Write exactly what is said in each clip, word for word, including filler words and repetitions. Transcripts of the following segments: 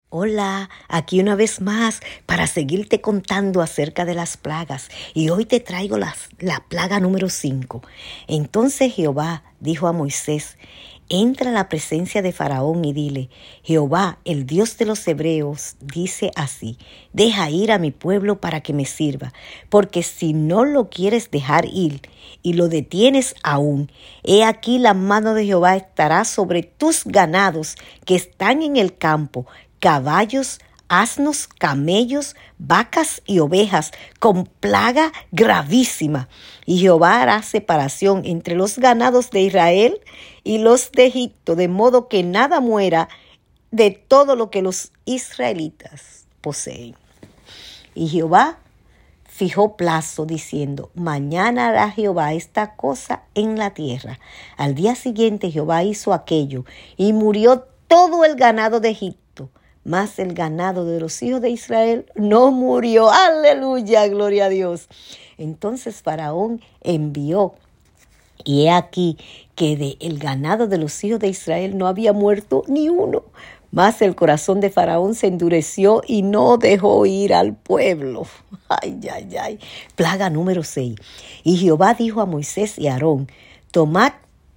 Hola, aquí una vez más para seguirte contando acerca de las plagas. Y hoy te traigo las, la plaga número cinco. Entonces Jehová dijo a Moisés: entra a la presencia de Faraón y dile: Jehová, el Dios de los hebreos, dice así: deja ir a mi pueblo para que me sirva, porque si no lo quieres dejar ir y lo detienes aún, he aquí la mano de Jehová estará sobre tus ganados que están en el campo, caballos, asnos, camellos, vacas y ovejas, con plaga gravísima. Y Jehová hará separación entre los ganados de Israel y los de Egipto, de modo que nada muera de todo lo que los israelitas poseen. Y Jehová fijó plazo, diciendo: mañana hará Jehová esta cosa en la tierra. Al día siguiente Jehová hizo aquello, y murió todo el ganado de Egipto. Mas el ganado de los hijos de Israel no murió. ¡Aleluya! ¡Gloria a Dios! Entonces Faraón envió, y he aquí que de el ganado de los hijos de Israel no había muerto ni uno. Mas el corazón de Faraón se endureció y no dejó ir al pueblo. ¡Ay, ay, ay! Plaga número seis. Y Jehová dijo a Moisés y a Aarón: tomad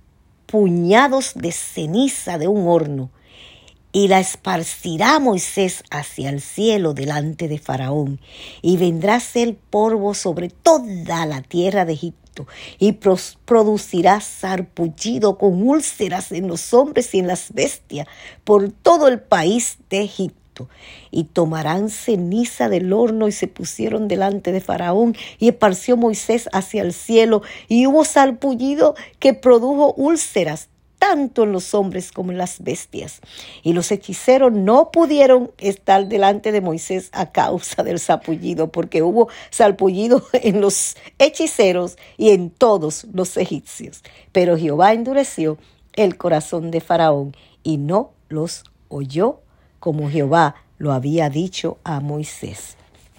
puñados de ceniza de un horno, y la esparcirá Moisés hacia el cielo delante de Faraón, y vendrá el polvo sobre toda la tierra de Egipto, y producirá sarpullido con úlceras en los hombres y en las bestias por todo el país de Egipto. Y tomarán ceniza del horno, y se pusieron delante de Faraón, y esparció Moisés hacia el cielo, y hubo sarpullido que produjo úlceras, tanto en los hombres como en las bestias. Y los hechiceros no pudieron estar delante de Moisés a causa del sarpullido, porque hubo sarpullido en los hechiceros y en todos los egipcios. Pero Jehová endureció el corazón de Faraón y no los oyó, como Jehová lo había dicho a Moisés.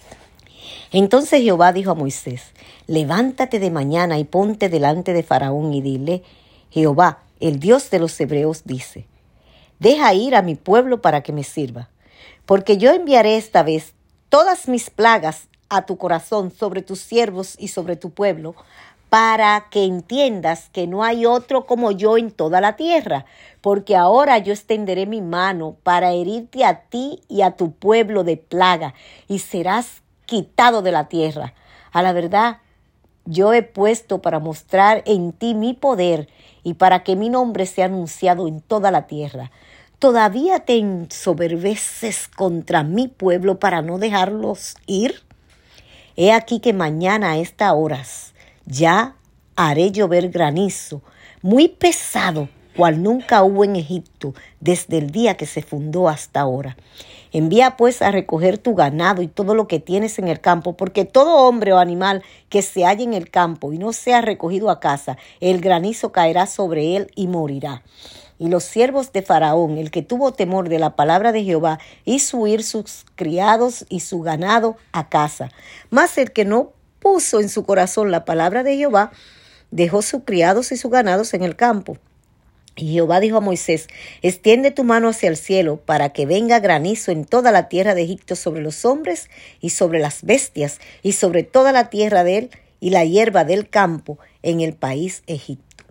Entonces Jehová dijo a Moisés: levántate de mañana y ponte delante de Faraón y dile: Jehová, el Dios de los hebreos, dice: deja ir a mi pueblo para que me sirva, porque yo enviaré esta vez todas mis plagas a tu corazón sobre tus siervos y sobre tu pueblo, para que entiendas que no hay otro como yo en toda la tierra, porque ahora yo extenderé mi mano para herirte a ti y a tu pueblo de plaga, y serás quitado de la tierra. A la verdad, yo he puesto para mostrar en ti mi poder y para que mi nombre sea anunciado en toda la tierra. ¿Todavía te ensoberbeces contra mi pueblo para no dejarlos ir? He aquí que mañana a estas horas ya haré llover granizo muy pesado, cual nunca hubo en Egipto desde el día que se fundó hasta ahora. Envía pues a recoger tu ganado y todo lo que tienes en el campo, porque todo hombre o animal que se halle en el campo y no sea recogido a casa, el granizo caerá sobre él y morirá. Y los siervos de Faraón, el que tuvo temor de la palabra de Jehová, hizo huir sus criados y su ganado a casa. Mas el que no puso en su corazón la palabra de Jehová, dejó sus criados y sus ganados en el campo. Y Jehová dijo a Moisés: extiende tu mano hacia el cielo para que venga granizo en toda la tierra de Egipto sobre los hombres y sobre las bestias y sobre toda la tierra de él y la hierba del campo en el país Egipto.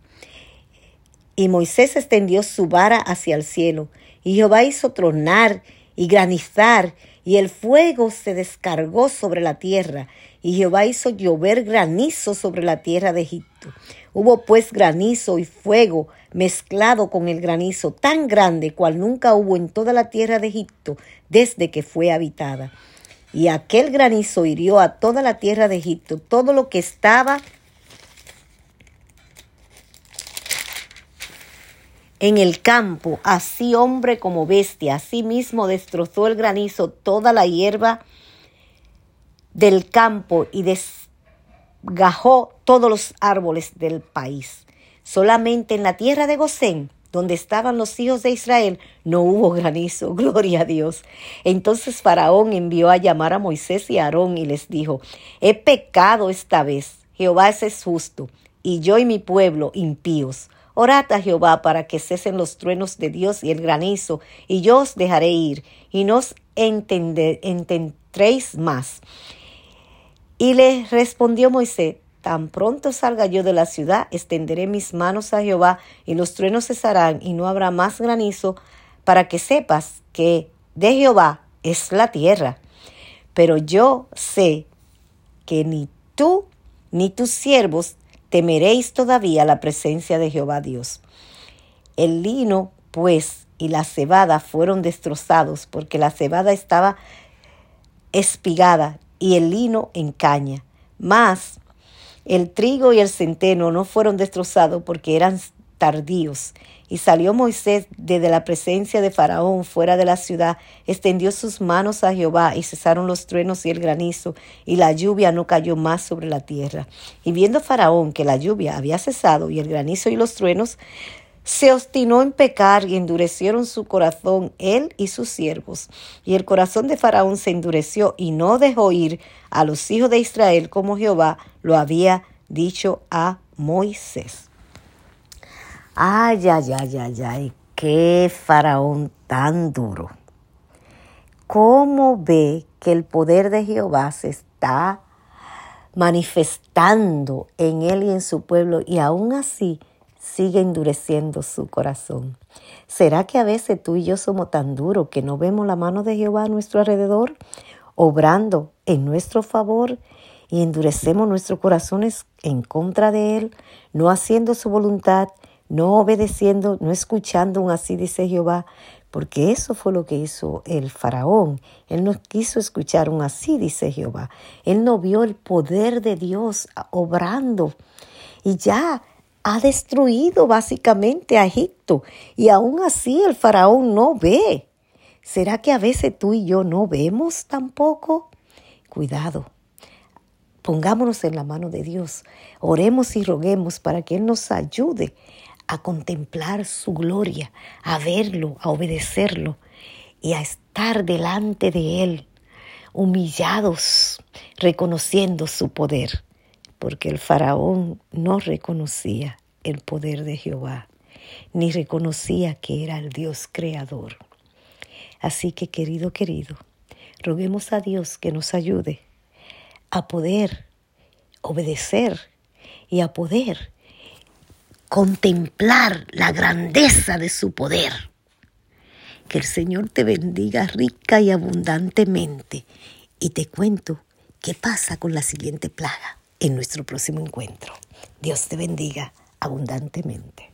Y Moisés extendió su vara hacia el cielo, y Jehová hizo tronar y granizar, y el fuego se descargó sobre la tierra, y Jehová hizo llover granizo sobre la tierra de Egipto. Hubo pues granizo y fuego mezclado con el granizo, tan grande cual nunca hubo en toda la tierra de Egipto desde que fue habitada. Y aquel granizo hirió a toda la tierra de Egipto, todo lo que estaba en el campo, así hombre como bestia. Asimismo destrozó el granizo toda la hierba del campo y desgajó todos los árboles del país. Solamente en la tierra de Gosén, donde estaban los hijos de Israel, no hubo granizo. Gloria a Dios. Entonces Faraón envió a llamar a Moisés y a Aarón y les dijo: he pecado esta vez. Jehová es justo, y yo y mi pueblo impíos. Orad a Jehová para que cesen los truenos de Dios y el granizo, y yo os dejaré ir, y no os entender, entendréis más. Y le respondió Moisés: tan pronto salga yo de la ciudad, extenderé mis manos a Jehová, y los truenos cesarán, y no habrá más granizo, para que sepas que de Jehová es la tierra. Pero yo sé que ni tú ni tus siervos temeréis todavía la presencia de Jehová Dios. El lino, pues, y la cebada fueron destrozados, porque la cebada estaba espigada y el lino en caña. Mas el trigo y el centeno no fueron destrozados, porque eran tardíos. Y salió Moisés desde la presencia de Faraón fuera de la ciudad, extendió sus manos a Jehová, y cesaron los truenos y el granizo, y la lluvia no cayó más sobre la tierra. Y viendo Faraón que la lluvia había cesado, y el granizo y los truenos, se obstinó en pecar, y endurecieron su corazón él y sus siervos. Y el corazón de Faraón se endureció, y no dejó ir a los hijos de Israel, como Jehová lo había dicho a Moisés. Ay, ay, ay, ay, ay, qué Faraón tan duro. ¿Cómo ve que el poder de Jehová se está manifestando en él y en su pueblo, y aún así sigue endureciendo su corazón? ¿Será que a veces tú y yo somos tan duros que no vemos la mano de Jehová a nuestro alrededor, obrando en nuestro favor, y endurecemos nuestros corazones en contra de él, no haciendo su voluntad, no obedeciendo, no escuchando un así dice Jehová? Porque eso fue lo que hizo el faraón. Él no quiso escuchar un así dice Jehová. Él no vio el poder de Dios obrando. Y ya ha destruido básicamente a Egipto. Y aún así el faraón no ve. ¿Será que a veces tú y yo no vemos tampoco? Cuidado. Pongámonos en la mano de Dios. Oremos y roguemos para que Él nos ayude a contemplar su gloria, a verlo, a obedecerlo y a estar delante de Él, humillados, reconociendo su poder, porque el faraón no reconocía el poder de Jehová, ni reconocía que era el Dios creador. Así que, querido, querido, roguemos a Dios que nos ayude a poder obedecer y a poder contemplar la grandeza de su poder. Que el Señor te bendiga rica y abundantemente. Y te cuento qué pasa con la siguiente plaga en nuestro próximo encuentro. Dios te bendiga abundantemente.